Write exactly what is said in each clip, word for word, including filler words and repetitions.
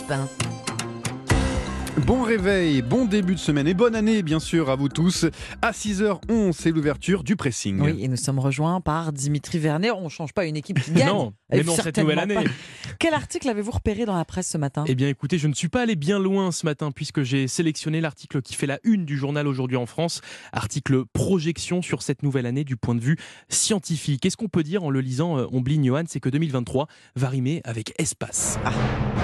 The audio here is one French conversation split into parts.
Europe un. Bon réveil, bon début de semaine et bonne année bien sûr à vous tous. À six heures onze, c'est l'ouverture du pressing. Oui, et nous sommes rejoints par Dimitri Vernet. On ne change pas une équipe qui gagne. Non, mais non, cette nouvelle année. Pas. Quel article avez-vous repéré dans la presse ce matin ? Eh bien écoutez, je ne suis pas allé bien loin ce matin puisque j'ai sélectionné l'article qui fait la une du journal Aujourd'hui en France. Article projection sur cette nouvelle année du point de vue scientifique. Et ce qu'on peut dire en le lisant, euh, Omblin Johan, c'est que deux mille vingt-trois va rimer avec espace. Ah.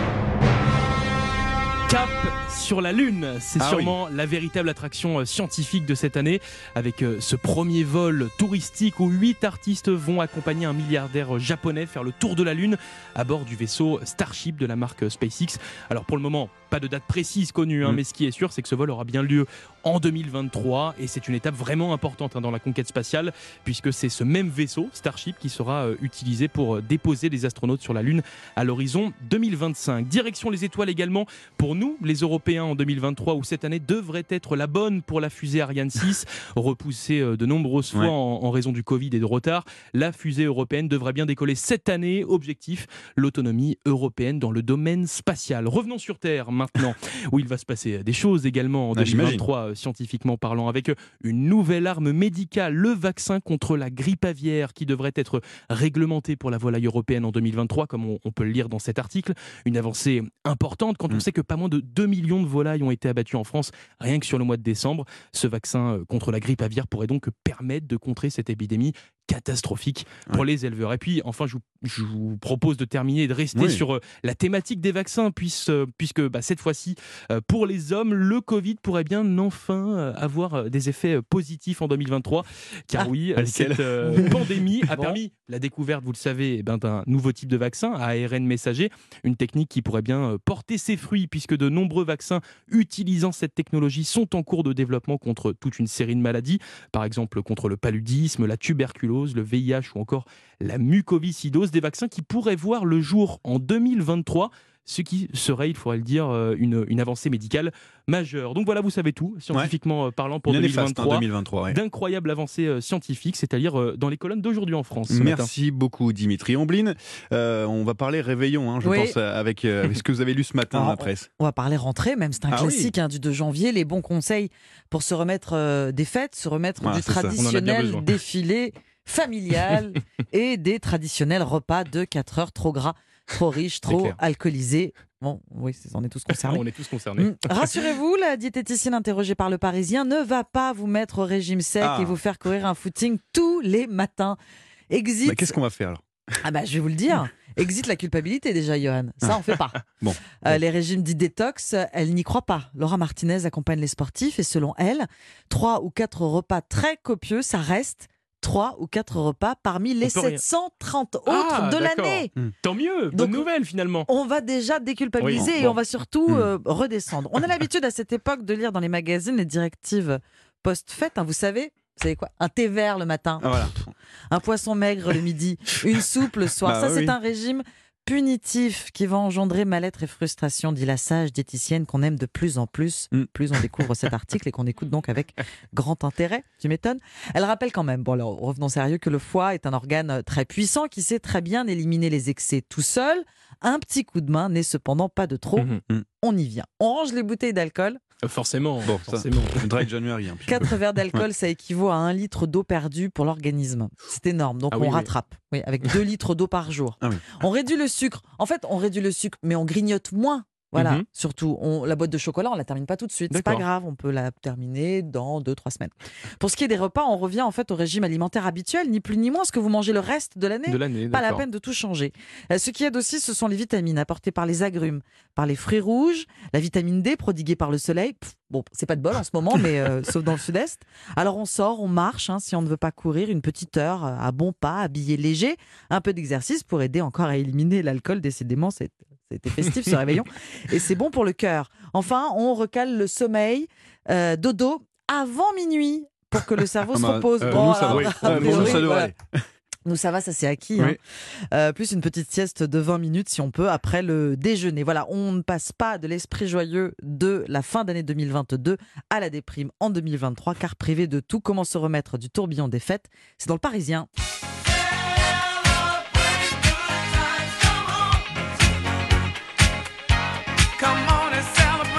Cap sur la Lune, c'est ah sûrement oui. la véritable attraction scientifique de cette année, avec ce premier vol touristique où huit artistes vont accompagner un milliardaire japonais faire le tour de la Lune à bord du vaisseau Starship de la marque SpaceX. Alors pour le moment, pas de date précise connue, hein, mmh. mais ce qui est sûr, c'est que ce vol aura bien lieu en deux mille vingt-trois et c'est une étape vraiment importante hein, dans la conquête spatiale, puisque c'est ce même vaisseau Starship qui sera euh, utilisé pour déposer les astronautes sur la Lune à l'horizon deux mille vingt-cinq. Direction les étoiles également pour nous, les Européens, en deux mille vingt-trois, où cette année devrait être la bonne pour la fusée Ariane six, repoussée de nombreuses fois ouais. en, en raison du Covid et de retard. La fusée européenne devrait bien décoller cette année. Objectif, l'autonomie européenne dans le domaine spatial. Revenons sur Terre maintenant, où il va se passer des choses également en deux mille vingt-trois, ah, scientifiquement parlant, avec une nouvelle arme médicale, le vaccin contre la grippe aviaire, qui devrait être réglementé pour la volaille européenne en deux mille vingt-trois, comme on, on peut le lire dans cet article. Une avancée importante quand mmh. on sait que pas moins de deux millions de volailles ont été abattues en France rien que sur le mois de décembre. Ce vaccin contre la grippe aviaire pourrait donc permettre de contrer cette épidémie catastrophique pour ouais. les éleveurs. Et puis, enfin, je vous, je vous propose de terminer et de rester oui. sur euh, la thématique des vaccins, puisque, euh, puisque bah, cette fois-ci, euh, pour les hommes, le Covid pourrait bien enfin euh, avoir euh, des effets euh, positifs en deux mille vingt-trois. Car ah, oui, euh, cette euh, pandémie a bon. permis la découverte, vous le savez, eh ben, d'un nouveau type de vaccin à A R N messager, une technique qui pourrait bien euh, porter ses fruits, puisque de nombreux vaccins utilisant cette technologie sont en cours de développement contre toute une série de maladies, par exemple contre le paludisme, la tuberculose, le V I H ou encore la mucoviscidose, des vaccins qui pourraient voir le jour en deux mille vingt-trois, ce qui serait, il faudrait le dire, une, une avancée médicale majeure. Donc voilà, vous savez tout, scientifiquement ouais. parlant, pour deux mille vingt-trois. Faste, hein, deux mille vingt-trois ouais. D'incroyables avancées scientifiques, c'est-à-dire dans les colonnes d'Aujourd'hui en France. Merci matin. beaucoup Dimitri. Omblin, euh, on va parler réveillon, hein, je oui. pense, avec, euh, avec ce que vous avez lu ce matin Alors, dans la presse. On va parler rentrée, même, c'est un ah, classique oui. hein, du deux janvier, les bons conseils pour se remettre euh, des fêtes, se remettre ah, du traditionnel défilé familial et des traditionnels repas de quatre heures trop gras, trop riches, trop alcoolisés. Bon, oui, on est tous concernés. On est tous concernés. Mmh. Rassurez-vous, la diététicienne interrogée par Le Parisien ne va pas vous mettre au régime sec ah. et vous faire courir un footing tous les matins. Exit... Bah, qu'est-ce qu'on va faire alors ? Ah bah, je vais vous le dire. Exit la culpabilité déjà, Johan. Ça, on fait pas. bon. Euh, les régimes dits détox, elle n'y croit pas. Laura Martinez accompagne les sportifs et selon elle, trois ou quatre repas très copieux, ça reste trois ou quatre repas parmi les sept cent trente autres ah, de d'accord. l'année. Mmh. Tant mieux, bonne Donc, nouvelle finalement. On va déjà déculpabiliser oui, et bon. on va surtout mmh. euh, redescendre. On a l'habitude à cette époque de lire dans les magazines les directives post-fête. Hein, vous savez, vous savez quoi ? Un thé vert le matin, ah, voilà. un poisson maigre le midi, une soupe le soir. Bah, Ça, oui. c'est un régime punitif qui va engendrer mal-être et frustration, dit la sage diététicienne qu'on aime de plus en plus. Mm. Plus on découvre cet article et qu'on écoute donc avec grand intérêt, tu m'étonnes. Elle rappelle quand même, bon alors revenons sérieux, que le foie est un organe très puissant qui sait très bien éliminer les excès tout seul. Un petit coup de main n'est cependant pas de trop. Mm-hmm. On y vient. On range les bouteilles d'alcool. Forcément, bon, forcément. Ça, dry January. Hein, quatre verres d'alcool, ouais. ça équivaut à un litre d'eau perdue pour l'organisme. C'est énorme, donc ah, on oui, rattrape. Oui. Oui, avec deux litres d'eau par jour. Ah, oui. On réduit le sucre. En fait, on réduit le sucre, mais on grignote moins. Voilà, mm-hmm. surtout, on, la boîte de chocolat, on la termine pas tout de suite. D'accord. C'est pas grave, on peut la terminer dans deux trois semaines. Pour ce qui est des repas, on revient en fait au régime alimentaire habituel, ni plus ni moins, ce que vous mangez le reste de l'année. De l'année, pas d'accord. la peine de tout changer. Ce qui aide aussi, ce sont les vitamines apportées par les agrumes, par les fruits rouges, la vitamine D prodiguée par le soleil. Pff, bon, c'est pas de bol en ce moment, mais euh, sauf dans le sud-est. Alors on sort, on marche, hein, si on ne veut pas courir, une petite heure à bons pas, habillé léger, un peu d'exercice pour aider encore à éliminer l'alcool. Décidément, c'est C'était festif ce réveillon. Et c'est bon pour le cœur. Enfin, on recale le sommeil, euh, dodo, avant minuit, pour que le cerveau se repose. Euh, bon, nous, ça, oui. euh, nous, ça devrait aller. Nous, ça va, ça c'est acquis. Oui. Hein. Euh, plus une petite sieste de vingt minutes, si on peut, après le déjeuner. Voilà, on ne passe pas de l'esprit joyeux de la fin d'année deux mille vingt-deux à la déprime en deux mille vingt-trois, car privé de tout, comment se remettre du tourbillon des fêtes ? C'est dans Le Parisien.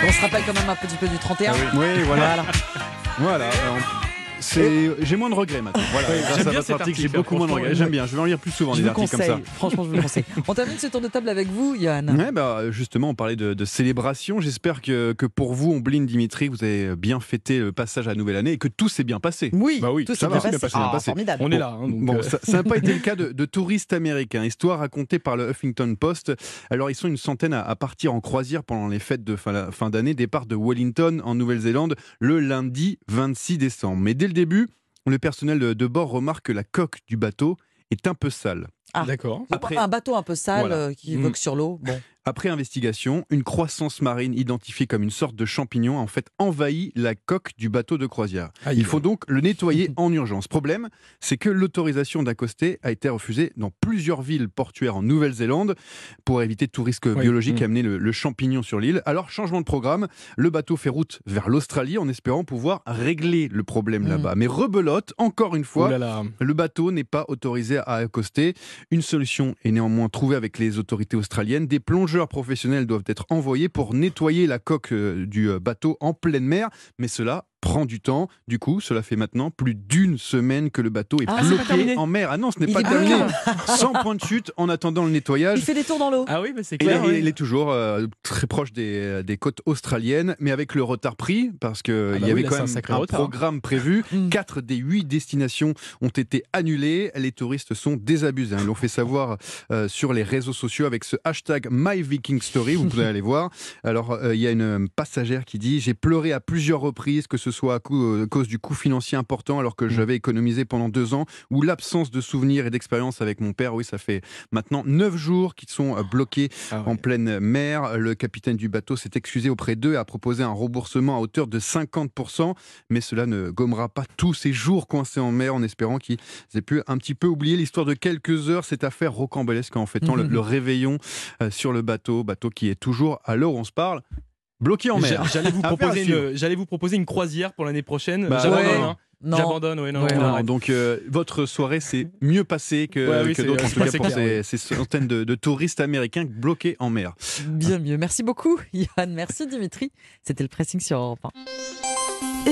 On se rappelle quand même un petit peu du trente et un. Oui, voilà. Voilà. Voilà. Alors, c'est... J'ai moins de regrets maintenant. Voilà, Oui, grâce j'aime à bien votre cet article, j'ai article, beaucoup moins de franchement, regrets. J'aime bien, je vais en lire plus souvent Je des vous articles conseille, comme ça. franchement, je vous le conseille. On termine ce tour de table avec vous, Johan. Ouais, bah, justement, on parlait de, de célébration. J'espère que, que pour vous, Omblin, Dimitri, vous avez bien fêté le passage à la nouvelle année et que tout s'est bien passé. Oui, Bah oui, tout ça s'est va, bien c'est bien passé. passé, bien Ah, passé. formidable. On est là. Hein, donc, Bon, euh, ça n'a pas été le cas de, de touristes américains. Histoire racontée par le Huffington Post. Alors, ils sont une centaine à, à partir en croisière pendant les fêtes de fin, la fin d'année. Départ de Wellington, en Nouvelle-Zélande, le lundi vingt-six décembre. Mais dès le début, le personnel de, de bord remarque que la coque du bateau est un peu sale. Ah. D'accord. Après- Un bateau un peu sale Voilà. euh, qui Mm. vogue sur l'eau. Bon. Après investigation, une croissance marine identifiée comme une sorte de champignon a en fait envahi la coque du bateau de croisière. Aïe. Il faut donc le nettoyer en urgence. Problème, c'est que l'autorisation d'accoster a été refusée dans plusieurs villes portuaires en Nouvelle-Zélande pour éviter tout risque Oui. biologique Mmh. et amener le, le champignon sur l'île. Alors, changement de programme, le bateau fait route vers l'Australie en espérant pouvoir régler le problème Mmh. là-bas. Mais rebelote, encore une fois, Oh là là. le bateau n'est pas autorisé à accoster. Une solution est néanmoins trouvée avec les autorités australiennes. Des plongeurs professionnels doivent être envoyés pour nettoyer la coque euh, du euh, bateau en pleine mer. Mais cela prend du temps. Du coup, cela fait maintenant plus d'une semaine que le bateau est Ah, c'est pas bloqué terminé. en mer. Ah non, ce n'est Il pas est terminé. bloqué. Sans point de chute en attendant le Il nettoyage. fait des tours dans l'eau. Ah oui, mais c'est Et clair. il, oui. il est toujours euh, très proche des, des côtes australiennes, mais avec le retard pris, parce qu'il Ah bah y oui, avait là, quand c'est un même sacré un retard. programme prévu. Mm. Quatre des huit destinations ont été annulées. Les touristes sont désabusés. Ils l'ont fait savoir euh, sur les réseaux sociaux avec ce hashtag MyVikingStory. Vous pouvez aller voir. Alors, euh, il y a une euh, passagère qui dit « J'ai pleuré à plusieurs reprises, que ce soit à, coup, euh, à cause du coût financier important alors que j'avais économisé pendant deux ans ou l'absence de souvenirs et d'expérience avec mon père. » Oui, ça fait maintenant neuf jours qu'ils sont euh, bloqués Ah ouais. en pleine mer. Le capitaine du bateau s'est excusé auprès d'eux et a proposé un remboursement à hauteur de cinquante pour cent. Mais cela ne gommera pas tous ces jours coincés en mer en espérant qu'ils aient pu un petit peu oublier l'histoire de quelques heures, cette affaire rocambolesque en fêtant le, le réveillon euh, sur le bateau. Bateau qui est toujours, à l'heure où on se parle, bloqué en mer. J'a- J'allais vous, Affaire à proposer suivre. une- j'allais vous proposer une croisière pour l'année prochaine. Bah, J'abandonne. ouais. hein. Non. J'abandonne, ouais, non. Ouais, non, Non, arrête. donc euh, votre soirée s'est mieux passée que, Ouais, oui, que c'est- d'autres, en c'est tout cas passé pour clair, ces, ces centaines de, de touristes américains bloqués en mer. Bien mieux. Merci beaucoup, Johan. Merci, Dimitri. C'était le pressing sur Europe un.